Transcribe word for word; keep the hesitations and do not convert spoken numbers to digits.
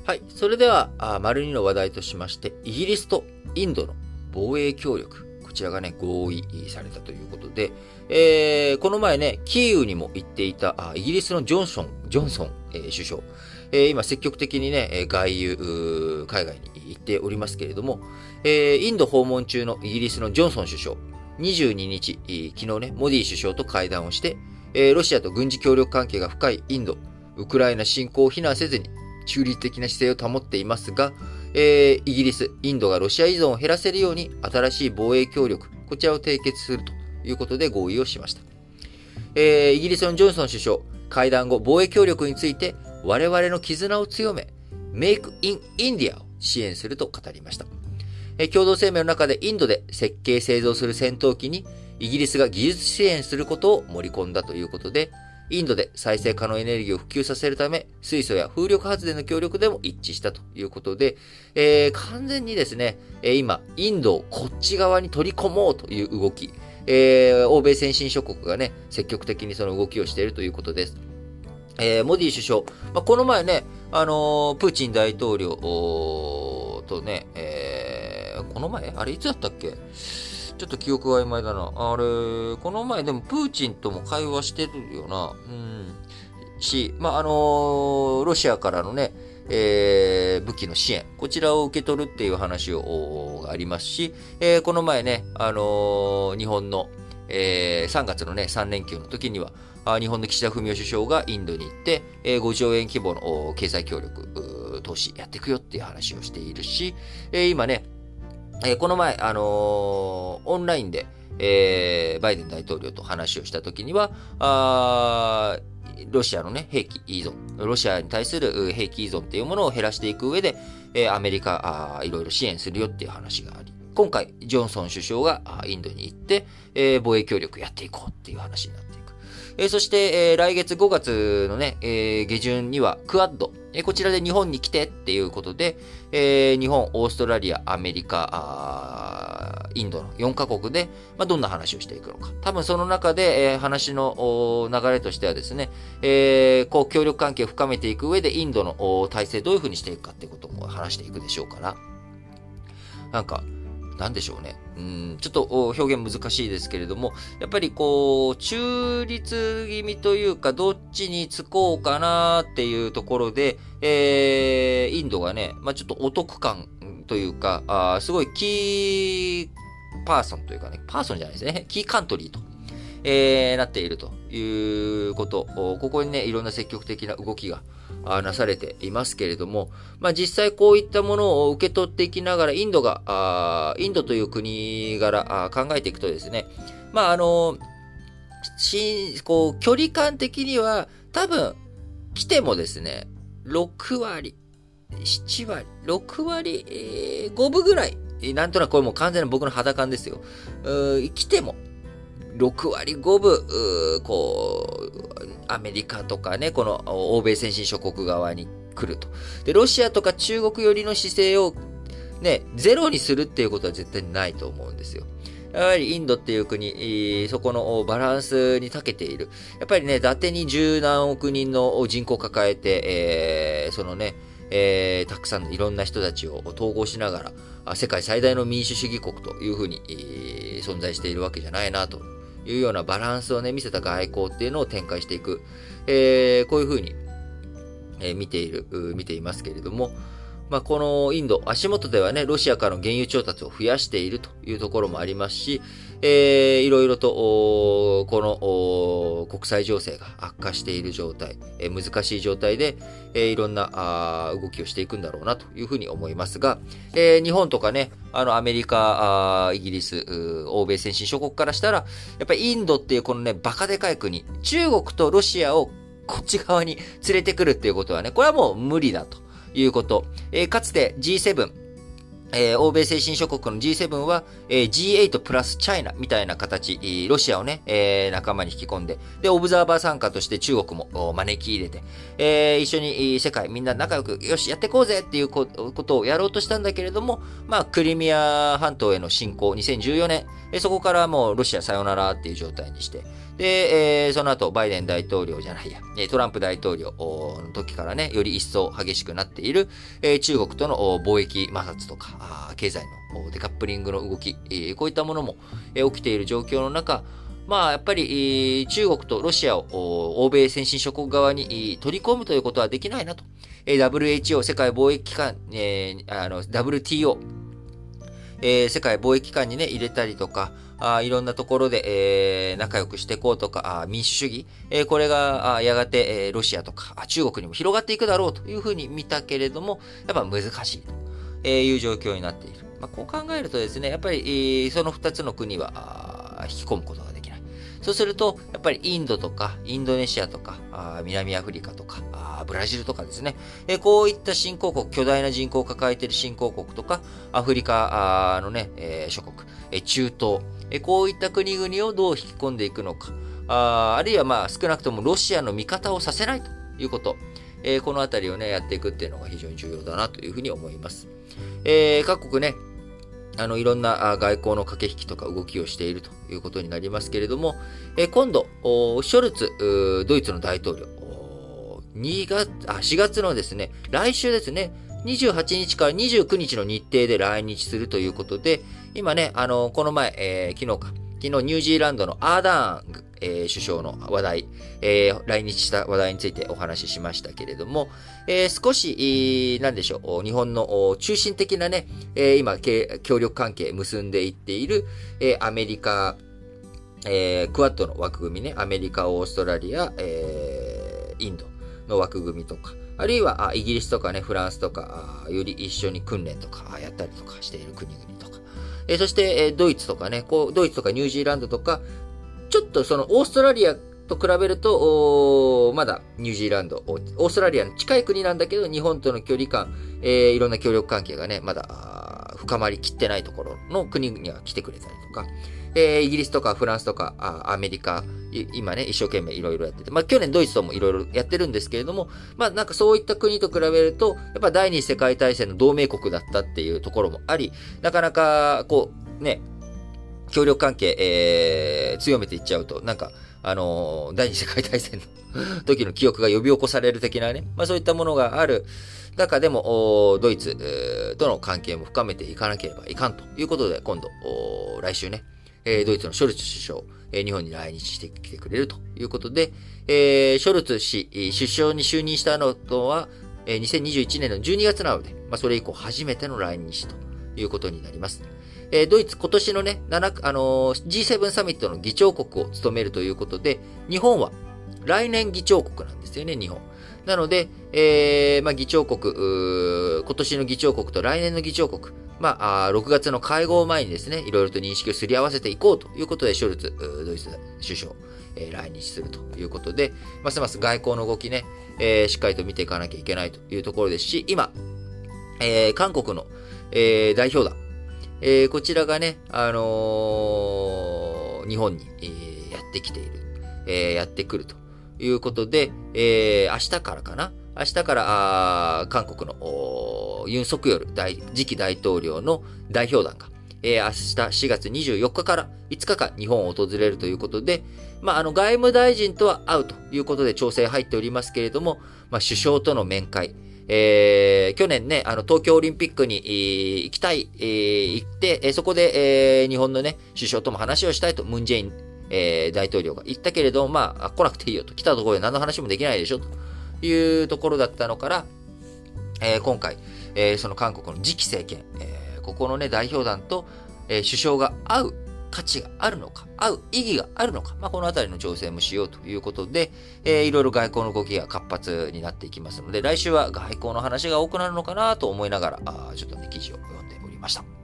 はい。それでは、あ丸にの話題としまして、イギリスとインドの防衛協力。こちらがね、合意されたということで、えー、この前ね、キーウにも行っていた、あイギリスのジョンソン、ジョンソン、えー、首相。えー、今積極的にね、外遊、海外に行っておりますけれども、えー、インド訪問中のイギリスのジョンソン首相、にじゅうににち、昨日ね、モディ首相と会談をして、えー、ロシアと軍事協力関係が深いインド、ウクライナ侵攻を非難せずに、中立的な姿勢を保っていますが、えー、イギリス、インドがロシア依存を減らせるように新しい防衛協力、こちらを締結するということで合意をしました。えー、イギリスのジョンソン首相、会談後、防衛協力について我々の絆を強め、Make in India を支援すると語りました。えー、共同声明の中でインドで設計製造する戦闘機にイギリスが技術支援することを盛り込んだということで、インドで再生可能エネルギーを普及させるため、水素や風力発電の協力でも一致したということで、えー、完全にですね、今、インドをこっち側に取り込もうという動き、えー、欧米先進諸国がね、積極的にその動きをしているということです。えー、モディ首相、まあ、この前ね、あのー、プーチン大統領とね、えー、この前あれいつだったっけちょっと記憶が曖昧だな。あれ、この前でもプーチンとも会話してるよな。うん。し、まあ、あのー、ロシアからのね、えー、武器の支援、こちらを受け取るっていう話を、がありますし、えー、この前ね、あのー、日本の、えー、さんがつのね、さんれんきゅうの時には、あ日本の岸田文雄首相がインドに行って、えー、ごじょうえん規模の経済協力、投資やっていくよっていう話をしているし、えー、今ね、えー、この前、あのー、オンラインで、えー、バイデン大統領と話をしたときには、あロシアのね、兵器依存、ロシアに対する兵器依存っていうものを減らしていく上で、えー、アメリカ、あいろいろ支援するよっていう話があり、今回、ジョンソン首相がインドに行って、えー、防衛協力やっていこうっていう話になっていく。えー、そして、えー、来月ごがつのね、えー、下旬にはクアッド、えー、こちらで日本に来てっていうことで、えー、日本、オーストラリア、アメリカ、インドのよんかこくで、まあ、どんな話をしていくのか。多分その中で、えー、話の流れとしてはですね、えー、こう協力関係を深めていく上でインドの体制どういうふうにしていくかっていうことも話していくでしょうから、なんか、なんでしょうね。うん、ちょっと表現難しいですけれども、やっぱりこう、中立気味というか、どっちにつこうかなっていうところで、えー、インドがね、まあちょっとお得感というか、あすごいキーパーソンというかね、パーソンじゃないですね、キーカントリーと、えー、なっているということ、ここにね、いろんな積極的な動きがなされていますけれども、まあ実際こういったものを受け取っていきながら、インドが、あインドという国柄考えていくとですね、まああの、しこう距離感的には多分来てもですね、ろくわり、ななわり、ろくわり、えー、ごぶぐらい、なんとなくこれもう完全に僕の肌感ですよ。来ても、ろくわりごぶ、こう、アメリカとかね、この欧米先進諸国側に来ると。で、ロシアとか中国寄りの姿勢をね、ゼロにするっていうことは絶対ないと思うんですよ。やはりインドっていう国、そこのバランスに長けている。やっぱりね、伊達に十何億人の人口を抱えて、えー、そのね、えー、たくさんのいろんな人たちを統合しながら、世界最大の民主主義国というふうに、えー、存在しているわけじゃないなというようなバランスをね、見せた外交っていうのを展開していく。えー、こういうふうに、えー、見ている、見ていますけれども、まあ、このインド、足元ではね、ロシアからの原油調達を増やしているというところもありますし、えー、いろいろと、この国際情勢が悪化している状態、えー、難しい状態で、えー、いろんなあ動きをしていくんだろうなというふうに思いますが、えー、日本とかね、あのアメリカ、あイギリス、欧米先進諸国からしたら、やっぱりインドっていうこのね、バカでかい国、中国とロシアをこっち側に連れてくるっていうことはね、これはもう無理だと。いうこと。えー、かつて ジーセブン、えー、欧米先進諸国の ジーセブン は、えー、ジーエイト プラスチャイナみたいな形、ロシアをね、えー、仲間に引き込んで、で、オブザーバー参加として中国も招き入れて、えー、一緒に世界みんな仲良く、よし、やっていこうぜっていうことをやろうとしたんだけれども、まあ、クリミア半島への侵攻、にせんじゅうよねん、えー、そこからもうロシアさよならっていう状態にして、 で、えー、その後、バイデン大統領じゃないや、トランプ大統領の時からね、より一層激しくなっている、えー、中国との貿易摩擦とか、経済のデカップリングの動き、えー、こういったものも、えー、起きている状況の中、まあ、やっぱり、中国とロシアを欧米先進諸国側に取り込むということはできないなと。ダブリューエイチオー、世界貿易機関、えー、あの ダブリューティーオー、えー、世界貿易機関にね、入れたりとか、あいろんなところで、えー、仲良くしていこうとか、あ民主主義、えー、これがあやがて、えー、ロシアとか中国にも広がっていくだろうというふうに見たけれども、やっぱ難しいという状況になっている。まあ、こう考えるとですね、やっぱり、えー、そのふたつの国は引き込むことができない。そうすると、やっぱりインドとか、インドネシアとか、あ南アフリカとか、あブラジルとかですね、えこういった新興国、巨大な人口を抱えている新興国とか、アフリカのね、えー、諸国、え中東、えこういった国々をどう引き込んでいくのか、ああるいはまあ少なくともロシアの味方をさせないということ、えー、このあたりをね、やっていくっていうのが非常に重要だなというふうに思います。えー、各国ね、あの、いろんな外交の駆け引きとか動きをしているということになりますけれども、え今度、ショルツ、ドイツの大統領、にがつ、あ、しがつのですね、来週ですね、にじゅうはちにちからにじゅうくにちの日程で来日するということで、今ね、あの、この前、えー、昨日か、昨日ニュージーランドのアーダーン、えー、首相の話題、えー、来日した話題についてお話ししましたけれども、えー、少し、えー、なんでしょう、日本の中心的なね、えー、今、協力関係結んでいっている、えー、アメリカ、えー、クワッドの枠組みね、アメリカ、オーストラリア、えー、インドの枠組みとか、あるいはあイギリスとかね、フランスとか、より一緒に訓練とかやったりとかしている国々とか、えー、そして、えー、ドイツとかね、こう、ドイツとかニュージーランドとか、ちょっとそのオーストラリアと比べると、まだニュージーランド、オーストラリアの近い国なんだけど、日本との距離感、えー、いろんな協力関係がね、まだ深まりきってないところの国には来てくれたりとか、えー、イギリスとかフランスとかあアメリカ、今ね、一生懸命いろいろやってて、まあ去年ドイツともいろいろやってるんですけれども、まあなんかそういった国と比べると、やっぱ第二次世界大戦の同盟国だったっていうところもあり、なかなかこうね、協力関係、えー、強めていっちゃうと、なんか、あのー、第二次世界大戦の時の記憶が呼び起こされる的なね、まあそういったものがある中でも、ドイツ、えー、との関係も深めていかなければいかんということで、今度、来週ね、えー、ドイツのショルツ首相、えー、日本に来日してきてくれるということで、えー、ショルツ氏、首相に就任したのとは、えー、にせんにじゅういちねんのじゅうにがつなので、まあそれ以降初めての来日ということになります。えー、ドイツ今年のね、あのー、ジーセブン サミットの議長国を務めるということで、日本は来年議長国なんですよね、日本。なので、えー、まあ、議長国、今年の議長国と来年の議長国、まあ、ろくがつの会合前にですね、いろいろと認識をすり合わせていこうということで、ショルツ、ドイツ首相、えー、来日するということで、ますます外交の動きね、えー、しっかりと見ていかなきゃいけないというところですし、今、えー、韓国の、えー、代表団、えー、こちらがね、あのー、日本に、えー、やってきている、えー、やってくるということで、えー、明日からかな明日から、あ韓国のユン・ソクヨル大次期大統領の代表団が、えー、明日しがつにじゅうよっかからいつかかん日本を訪れるということで、まあ、あの、外務大臣とは会うということで調整入っておりますけれども、まあ、首相との面会、えー、去年ね、あの、東京オリンピックに、えー、行きたい、えー、行って、えー、そこで、えー、日本のね、首相とも話をしたいと、ムンジェイン、えー、大統領が言ったけれども、まあ、来なくていいよと、来たところで何の話もできないでしょ、というところだったのから、えー、今回、えー、その韓国の次期政権、えー、ここのね、代表団と、えー、首相が会う価値があるのか、会う意義があるのか、まあ、このあたりの調整もしようということで、えー、いろいろ外交の動きが活発になっていきますので、来週は外交の話が多くなるのかなと思いながら、あちょっとね、記事を読んでおりました。